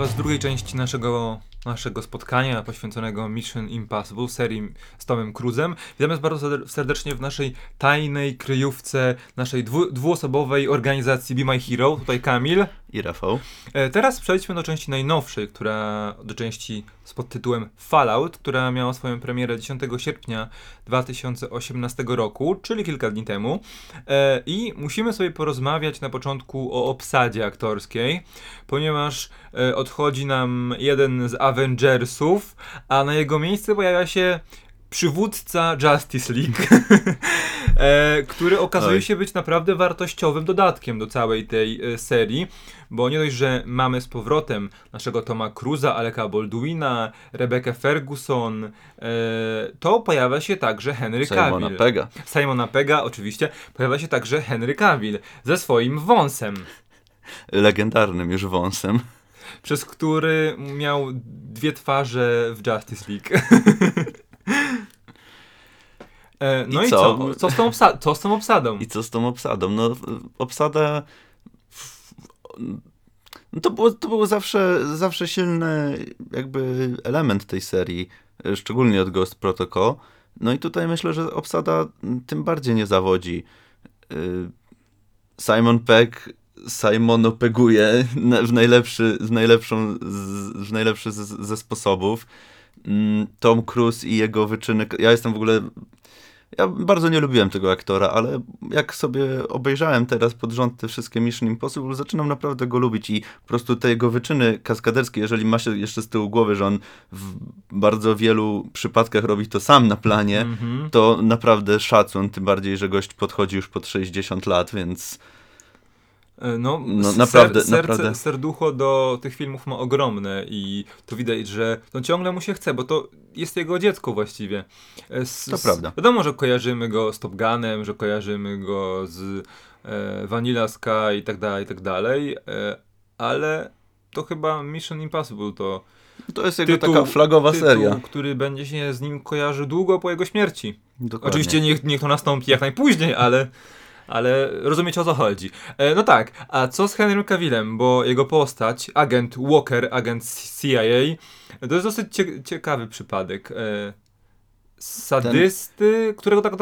was w drugiej części naszego spotkania poświęconego Mission Impossible, serii z Tomem Cruise'em. Witamy was bardzo serdecznie w naszej tajnej kryjówce, naszej dwuosobowej organizacji Be My Hero. Tutaj Kamil i Rafał. Teraz przejdźmy do części najnowszej, do części z podtytułem Fallout, która miała swoją premierę 10 sierpnia 2018 roku, czyli kilka dni temu. I musimy sobie porozmawiać na początku o obsadzie aktorskiej, ponieważ odchodzi nam jeden z Avengersów, a na jego miejsce pojawia się przywódca Justice League, który okazuje się być naprawdę wartościowym dodatkiem do całej tej serii, bo nie dość, że mamy z powrotem naszego Toma Cruise'a, Aleka Baldwina, Rebecca Ferguson, to pojawia się także Henry Cavill. Simona Pegga, oczywiście. Pojawia się także Henry Cavill ze swoim wąsem. Legendarnym już wąsem. Przez który miał dwie twarze w Justice League. No i co? Co z tą obsadą? I co z tą obsadą? No, obsada... To był zawsze silny jakby element tej serii, szczególnie od Ghost Protocol. No i tutaj myślę, że obsada tym bardziej nie zawodzi. Simon Pegg Simonopeguje w najlepszy ze sposobów. Tom Cruise i jego wyczyny... Ja bardzo nie lubiłem tego aktora, ale jak sobie obejrzałem teraz pod rząd te wszystkie Mission Impossible, zaczynam naprawdę go lubić i po prostu te jego wyczyny kaskaderskie, jeżeli ma się jeszcze z tyłu głowy, że on w bardzo wielu przypadkach robi to sam na planie, to naprawdę szacun, tym bardziej, że gość podchodzi już pod 60 lat, więc... naprawdę. Serducho do tych filmów ma ogromne i to widać, że to ciągle mu się chce, bo to jest jego dziecko właściwie. To prawda. Wiadomo, że kojarzymy go z Top Gunem, że kojarzymy go z Vanilla Sky i tak dalej, ale to chyba Mission Impossible to jest jego taka flagowa seria, który będzie się z nim kojarzył długo po jego śmierci. Dokładnie. Oczywiście niech to nastąpi jak najpóźniej, ale rozumiecie, o co chodzi. No tak, a co z Henrym Cavillem? Bo jego postać, agent Walker, agent CIA, to jest dosyć ciekawy przypadek. Sadysty, czego tak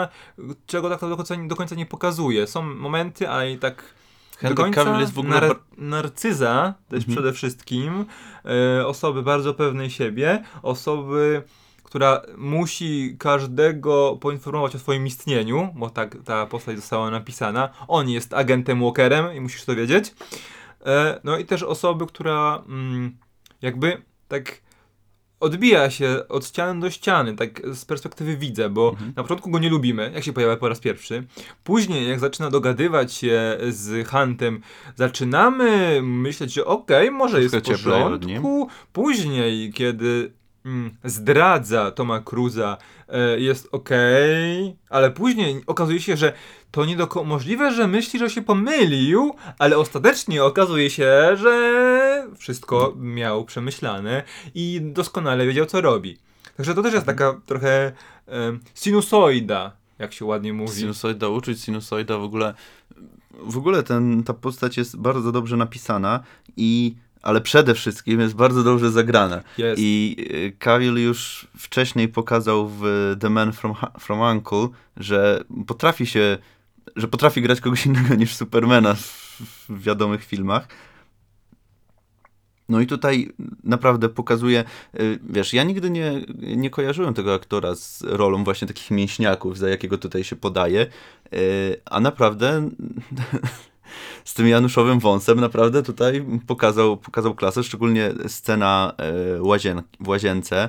do końca nie pokazuje. Są momenty, ale i tak Henry do końca. Cavill jest w ogóle narcyza też przede wszystkim. Osoby bardzo pewnej siebie. Osoby, która musi każdego poinformować o swoim istnieniu, bo tak ta postać została napisana. On jest agentem Walkerem i musisz to wiedzieć. No i też osoby, która jakby tak odbija się od ściany do ściany, tak z perspektywy widza, bo na początku go nie lubimy, jak się pojawia po raz pierwszy. Później, jak zaczyna dogadywać się z Huntem, zaczynamy myśleć, że może jest w porządku. Później, kiedy zdradza Toma Cruise'a, jest ale później okazuje się, że to możliwe, że myśli, że się pomylił, ale ostatecznie okazuje się, że wszystko miał przemyślane i doskonale wiedział, co robi. Także to też jest taka trochę sinusoida, jak się ładnie mówi. Sinusoida w ogóle ta postać jest bardzo dobrze napisana ale przede wszystkim jest bardzo dobrze zagrana. Jest. I Cavill już wcześniej pokazał w The Man from U.N.C.L.E., że potrafi grać kogoś innego niż Supermana w wiadomych filmach. No i tutaj naprawdę pokazuje, ja nigdy nie kojarzyłem tego aktora z rolą właśnie takich mięśniaków, za jakiego tutaj się podaje, a naprawdę... z tym Januszowym wąsem naprawdę tutaj pokazał klasę, szczególnie scena w łazience,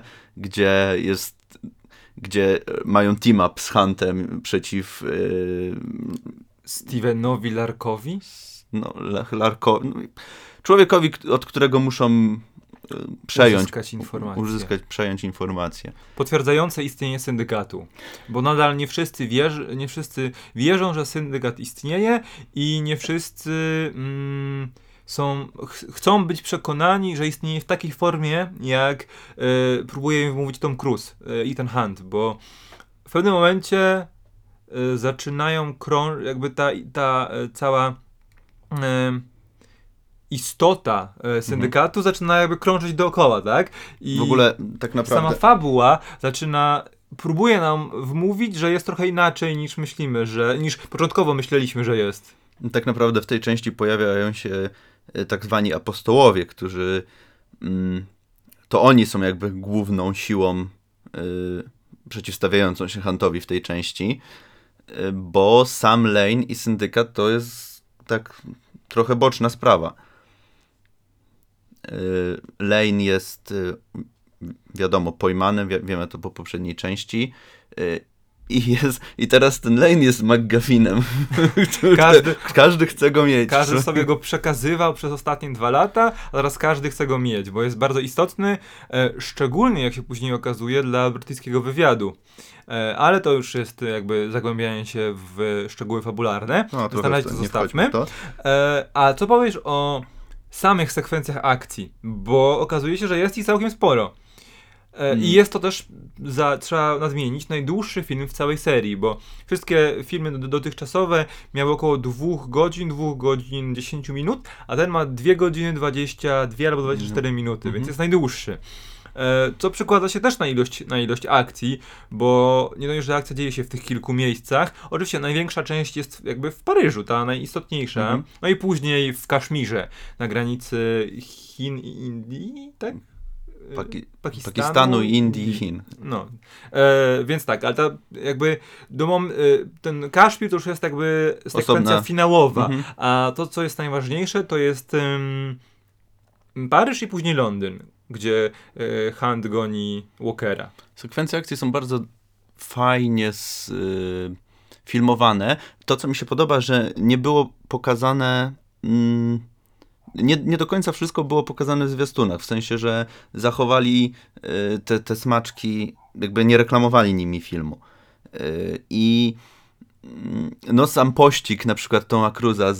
gdzie mają team-up z Huntem przeciw Stevenowi Larkowi? Człowiekowi, od którego muszą przejąć informacje. Potwierdzające istnienie syndykatu. Bo nadal nie wszyscy wierzą, że syndykat istnieje i nie wszyscy chcą być przekonani, że istnieje w takiej formie, jak próbuje mówić Tom Cruise i ten Hunt, bo w pewnym momencie zaczynają jakby ta cała istota syndykatu zaczyna jakby krążyć dookoła, tak? I w ogóle tak naprawdę... sama fabuła próbuje nam wmówić, że jest trochę inaczej niż myślimy, niż początkowo myśleliśmy, że jest. Tak naprawdę w tej części pojawiają się tak zwani apostołowie, którzy to oni są jakby główną siłą przeciwstawiającą się Huntowi w tej części, bo sam Lane i syndykat to jest tak trochę boczna sprawa. Lane jest wiadomo pojmany, wiemy to po poprzedniej części, i teraz ten Lane jest McGuffinem. Każdy chce go mieć. Każdy sobie go przekazywał przez ostatnie 2 lata, a teraz każdy chce go mieć, bo jest bardzo istotny, szczególnie jak się później okazuje dla brytyjskiego wywiadu. Ale to już jest jakby zagłębianie się w szczegóły fabularne. Na razie to zostawmy. A co powiesz o samych sekwencjach akcji? Bo okazuje się, że jest ich całkiem sporo. I jest to też, trzeba nadmienić, najdłuższy film w całej serii, bo wszystkie filmy dotychczasowe miały około 2 godzin 10 minut, a ten ma 2 godziny 22 albo 24 minuty, więc jest najdłuższy. Co przekłada się też na ilość akcji, bo nie dość, że akcja dzieje się w tych kilku miejscach. Oczywiście największa część jest jakby w Paryżu, ta najistotniejsza, no i później w Kaszmirze, na granicy Chin i Indii, tak? Pakistanu, Indii i Chin. No, więc tak, ale jakby ten Kaszmir to już jest jakby sekwencja finałowa, a to, co jest najważniejsze, to jest Paryż i później Londyn, gdzie Hunt goni Walkera. Sekwencje akcji są bardzo fajnie filmowane. To, co mi się podoba, że nie było pokazane... Nie do końca wszystko było pokazane w zwiastunach, w sensie, że zachowali te smaczki, jakby nie reklamowali nimi filmu. I no sam pościg, na przykład Toma Cruza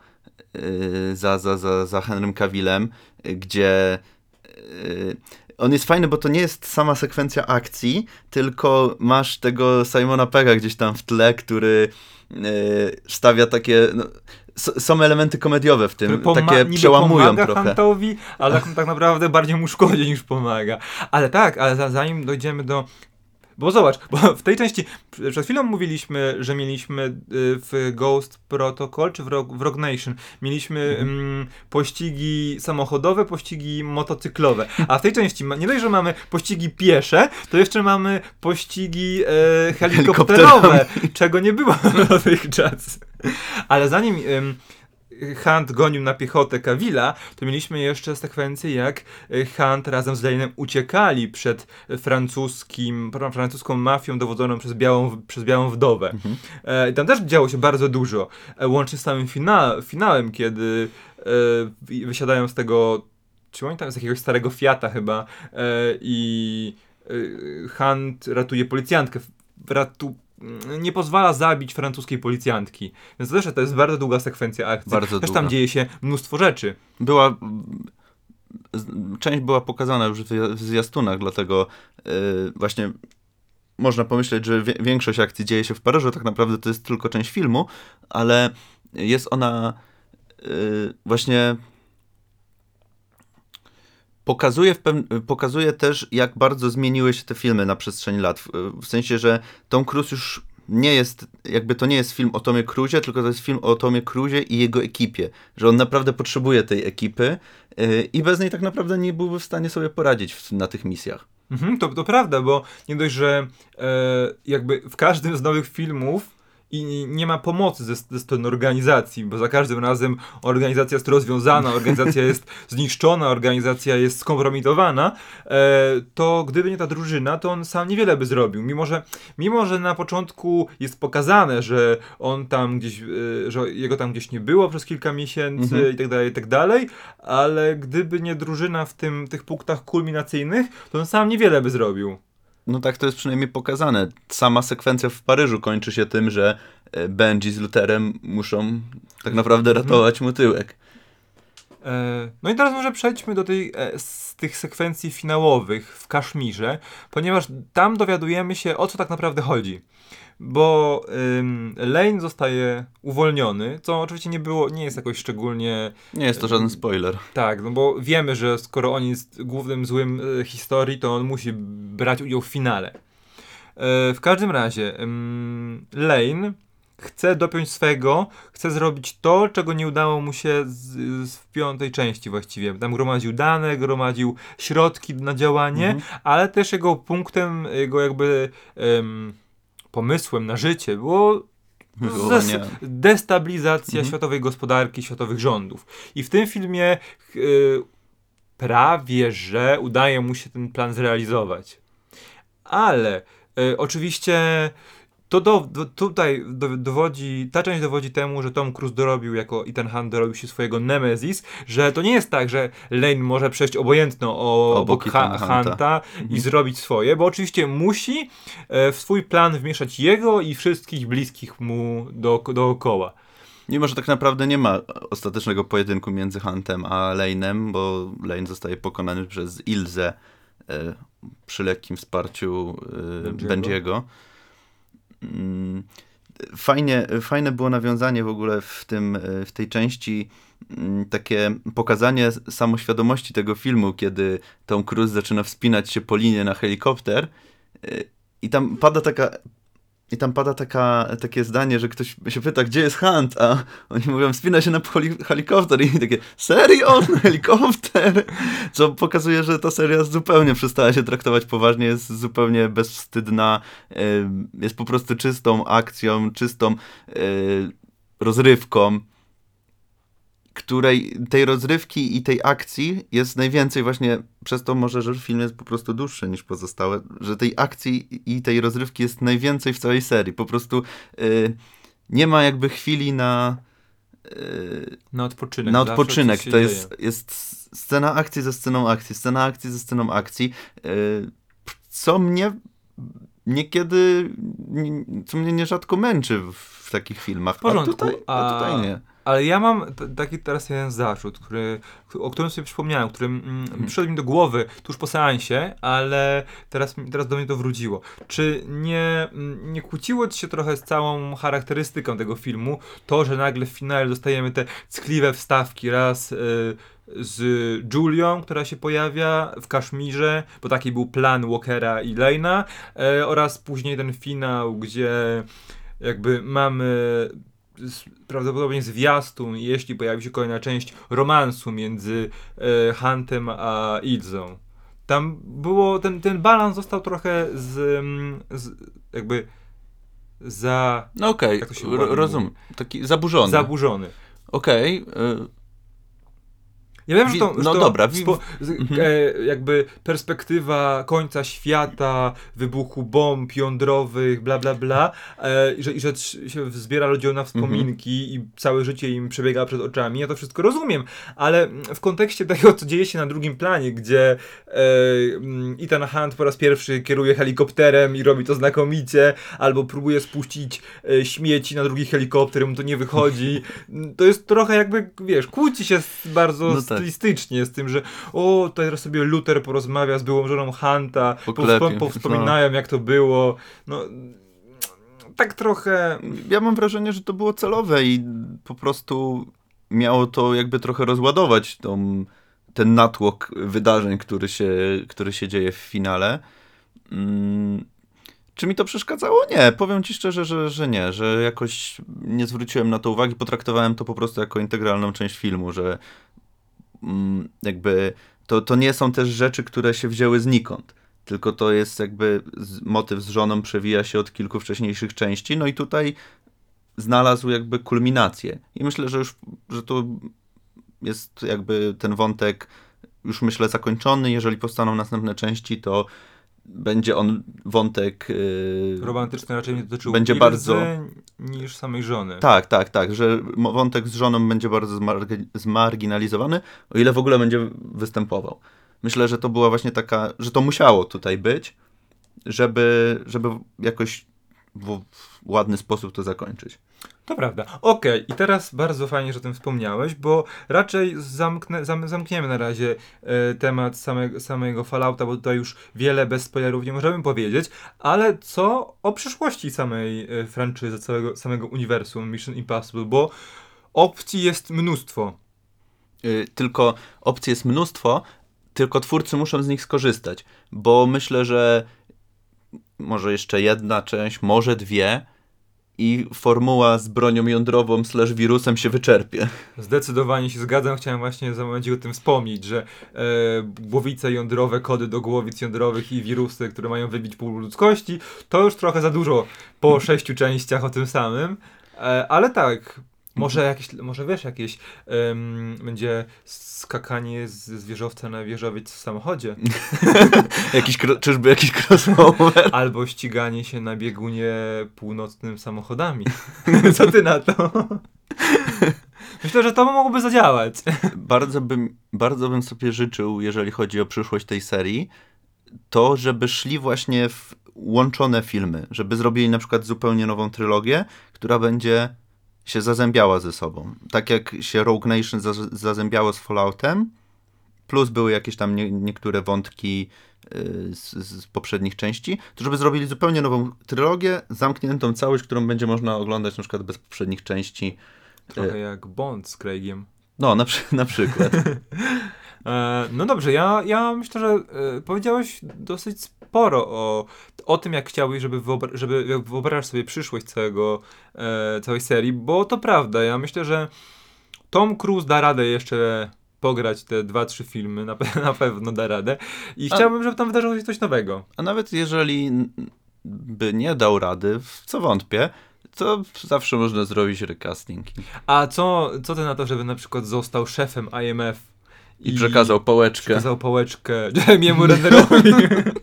za Henrym Cavillem, gdzie on jest fajny, bo to nie jest sama sekwencja akcji, tylko masz tego Simona Pegga gdzieś tam w tle, który stawia takie... No, są elementy komediowe w tym, takie przełamują trochę. Huntowi, ale tak naprawdę bardziej mu szkodzi niż pomaga. Ale tak, zanim dojdziemy do... Bo zobacz, bo w tej części przed chwilą mówiliśmy, że mieliśmy w Ghost Protocol, czy w Rogue Nation, mieliśmy pościgi samochodowe, pościgi motocyklowe. A w tej części nie dość, że mamy pościgi piesze, to jeszcze mamy pościgi helikopterowe, czego nie było dotychczas. Ale zanim Hunt gonił na piechotę Cavilla, to mieliśmy jeszcze sekwencję, jak Hunt razem z Lane'em uciekali przed francuską mafią dowodzoną przez Białą Wdowę. I tam też działo się bardzo dużo, łącznie z samym finałem, kiedy wysiadają z tego, czy oni tam z jakiegoś starego Fiata chyba, i Hunt ratuje policjantkę, nie pozwala zabić francuskiej policjantki. Więc to jest bardzo długa sekwencja akcji. Też tam dzieje się mnóstwo rzeczy. Część była pokazana już w zwiastunach, dlatego właśnie można pomyśleć, że większość akcji dzieje się w Paryżu, tak naprawdę to jest tylko część filmu, ale jest ona właśnie... Pokazuje też, jak bardzo zmieniły się te filmy na przestrzeni lat. W sensie, że Tom Cruise już nie jest, jakby to nie jest film o Tomie Cruisie, tylko to jest film o Tomie Cruisie i jego ekipie. Że on naprawdę potrzebuje tej ekipy i bez niej tak naprawdę nie byłby w stanie sobie poradzić na tych misjach. To prawda, bo nie dość, że jakby w każdym z nowych filmów i nie ma pomocy ze strony organizacji, bo za każdym razem organizacja jest rozwiązana, organizacja jest zniszczona, organizacja jest skompromitowana, to gdyby nie ta drużyna, to on sam niewiele by zrobił. Mimo że na początku jest pokazane, że on tam gdzieś, że jego tam gdzieś nie było przez kilka miesięcy i tak dalej, ale gdyby nie drużyna w tych punktach kulminacyjnych, to on sam niewiele by zrobił. No tak to jest przynajmniej pokazane. Sama sekwencja w Paryżu kończy się tym, że Benji z Lutherem muszą tak naprawdę ratować mu tyłek. No i teraz może przejdźmy do z tych sekwencji finałowych w Kaszmirze, ponieważ tam dowiadujemy się, o co tak naprawdę chodzi. Bo Lane zostaje uwolniony, co oczywiście nie jest jakoś szczególnie... Nie jest to żaden spoiler. Tak, no bo wiemy, że skoro on jest głównym złym historii, to on musi brać udział w finale. W każdym razie Lane chce dopiąć swego, chce zrobić to, czego nie udało mu się w piątej części właściwie. Tam gromadził dane, gromadził środki na działanie, ale też jego punktem, jego jakby pomysłem na życie było destabilizacja światowej gospodarki, światowych rządów. I w tym filmie prawie, że udaje mu się ten plan zrealizować. Ale oczywiście ta część dowodzi temu, że Tom Cruise dorobił, jako Ethan Hunt dorobił się swojego Nemesis, że to nie jest tak, że Lane może przejść obojętno obok Hunta i zrobić swoje, bo oczywiście musi w swój plan wmieszać jego i wszystkich bliskich mu dookoła. Mimo, że tak naprawdę nie ma ostatecznego pojedynku między Huntem a Lane'em, bo Lane zostaje pokonany przez Ilzę przy lekkim wsparciu Benjiego. Fajne było nawiązanie w ogóle w tej części, takie pokazanie samoświadomości tego filmu, kiedy Tom Cruise zaczyna wspinać się po linie na helikopter i tam pada takie zdanie, że ktoś się pyta, gdzie jest Hunt, a oni mówią, wspina się na helikopter i takie, serio? Helikopter? Co pokazuje, że ta seria zupełnie przestała się traktować poważnie, jest zupełnie bezwstydna, jest po prostu czystą akcją, czystą rozrywką, tej rozrywki i tej akcji jest najwięcej właśnie przez to może, że film jest po prostu dłuższy niż pozostałe, że tej akcji i tej rozrywki jest najwięcej w całej serii. Po prostu nie ma jakby chwili na odpoczynek. Na odpoczynek. To jest scena akcji ze sceną akcji, scena akcji ze sceną akcji, co mnie niekiedy, co mnie nierzadko męczy w takich filmach. W porządku, a tutaj nie. Ale ja mam taki teraz jeden zarzut, o którym sobie przypomniałem, przyszedł mi do głowy tuż po seansie, ale teraz do mnie to wróciło. Czy nie kłóciło ci się trochę z całą charakterystyką tego filmu to, że nagle w finale dostajemy te ckliwe wstawki raz z Julią, która się pojawia w Kaszmirze, bo taki był plan Walkera i Lane'a, oraz później ten finał, gdzie jakby mamy prawdopodobnie zwiastun, jeśli pojawi się kolejna część romansu między Huntem a Ilzą. Tam było, ten balans został trochę jakby no okej, rozumiem. Taki zaburzony. Zaburzony. Okej. Ja wiem, że dobra. Jakby perspektywa końca świata, wybuchu bomb jądrowych, bla bla bla, i że się zbiera ludziom na wspominki i całe życie im przebiega przed oczami. Ja to wszystko rozumiem, ale w kontekście tego, co dzieje się na drugim planie, gdzie Ethan Hunt po raz pierwszy kieruje helikopterem i robi to znakomicie, albo próbuje spuścić śmieci na drugi helikopter, mu to nie wychodzi. To jest trochę jakby, wiesz, kłóci się bardzo stylistycznie z tym, że teraz sobie Luther porozmawia z byłą żoną Hunta, powspominają jak to było. No, tak trochę... Ja mam wrażenie, że to było celowe i po prostu miało to jakby trochę rozładować ten natłok wydarzeń, który się dzieje w finale. Czy mi to przeszkadzało? Nie. Powiem ci szczerze, że nie. Że jakoś nie zwróciłem na to uwagi. Potraktowałem to po prostu jako integralną część filmu, że jakby to nie są też rzeczy, które się wzięły znikąd. Tylko to jest jakby motyw z żoną przewija się od kilku wcześniejszych części. No i tutaj znalazł jakby kulminację. I myślę, że to jest jakby ten wątek już myślę zakończony. Jeżeli powstaną następne części, to będzie on wątek romantyczny raczej nie dotyczył będzie bardzo niż samej żony. Tak, że wątek z żoną będzie bardzo zmarginalizowany, o ile w ogóle będzie występował. Myślę, że to była właśnie taka, że to musiało tutaj być, żeby jakoś w ładny sposób to zakończyć. To prawda. Okej, i teraz bardzo fajnie, że o tym wspomniałeś, bo raczej zamkniemy na razie temat samego Fallouta, bo tutaj już wiele bez spoilerów nie możemy powiedzieć, ale co o przyszłości samej franczyzy, samego uniwersum Mission Impossible, bo opcji jest mnóstwo. Tylko opcji jest mnóstwo, tylko twórcy muszą z nich skorzystać, bo myślę, że może jeszcze jedna część, może dwie i formuła z bronią jądrową / wirusem się wyczerpie. Zdecydowanie się zgadzam. Chciałem właśnie za momencik o tym wspomnieć, że głowice jądrowe, kody do głowic jądrowych i wirusy, które mają wybić pół ludzkości, to już trochę za dużo po 6 częściach o tym samym. Ale tak, może wiesz, jakieś będzie skakanie z wieżowca na wieżowiec w samochodzie. Czyżby jakiś crossover? Albo ściganie się na biegunie północnym samochodami. Co ty na to? Myślę, że to mogłoby zadziałać. Bardzo bym sobie życzył, jeżeli chodzi o przyszłość tej serii, to, żeby szli właśnie w łączone filmy, żeby zrobili na przykład zupełnie nową trylogię, która będzie się zazębiała ze sobą. Tak jak się Rogue Nation zazębiało z Falloutem, plus były jakieś tam niektóre wątki z poprzednich części, to żeby zrobili zupełnie nową trylogię, zamkniętą całość, którą będzie można oglądać na przykład bez poprzednich części. Trochę jak Bond z Craigiem. No, na przykład. No dobrze, ja myślę, że powiedziałeś dosyć sporo o tym, jak chciałbyś, żeby jak wyobrażasz sobie przyszłość całej serii, bo to prawda, ja myślę, że Tom Cruise da radę jeszcze pograć te 2-3 filmy, na pewno da radę i chciałbym, żeby tam wydarzyło się coś nowego. A nawet jeżeli by nie dał rady, w co wątpię, to zawsze można zrobić recasting. A co ty na to, żeby na przykład został szefem IMF i przekazał pałeczkę. Przekazał pałeczkę Jeremiemu Rennerowi.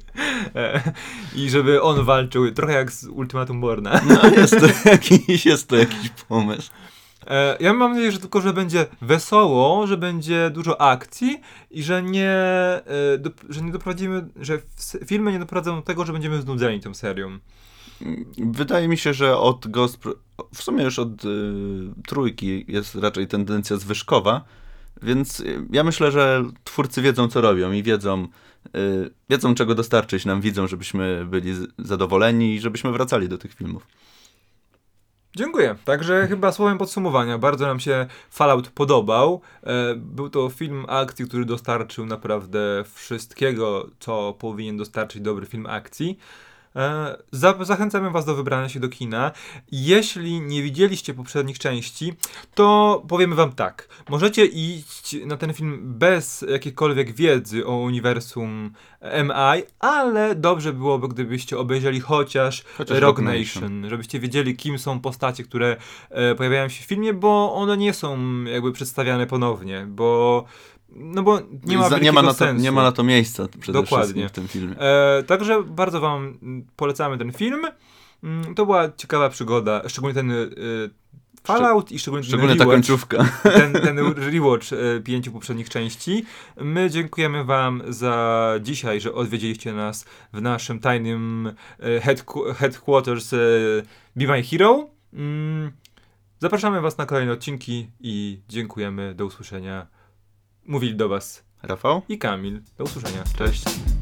I żeby on walczył, trochę jak z Ultimatum Borna. No, jest to jakiś pomysł. Ja mam nadzieję, że tylko, że będzie wesoło, że będzie dużo akcji i że nie doprowadzimy, że filmy nie doprowadzą do tego, że będziemy znudzeni tą serią. Wydaje mi się, że w sumie już od trójki jest raczej tendencja zwyżkowa, więc ja myślę, że twórcy wiedzą, co robią i wiedzą, czego dostarczyć nam widzom, żebyśmy byli zadowoleni i żebyśmy wracali do tych filmów. Dziękuję. Także chyba słowem podsumowania, bardzo nam się Fallout podobał. Był to film akcji, który dostarczył naprawdę wszystkiego, co powinien dostarczyć dobry film akcji. Zachęcamy was do wybrania się do kina. Jeśli nie widzieliście poprzednich części, to powiemy wam tak. Możecie iść na ten film bez jakiejkolwiek wiedzy o uniwersum MI, ale dobrze byłoby, gdybyście obejrzeli chociaż Rogue Nation, żebyście wiedzieli, kim są postacie, które pojawiają się w filmie, bo one nie są jakby przedstawiane ponownie, bo nie ma na to miejsca przede wszystkim w tym filmie. Także bardzo wam polecamy ten film. To była ciekawa przygoda, szczególnie ten Fallout i szczególnie ta końcówka. Ten rewatch 5 poprzednich części. My dziękujemy wam za dzisiaj, że odwiedziliście nas w naszym tajnym headquarters Be My Hero. Zapraszamy was na kolejne odcinki i dziękujemy. Do usłyszenia. Mówili do was Rafał i Kamil. Do usłyszenia. Cześć.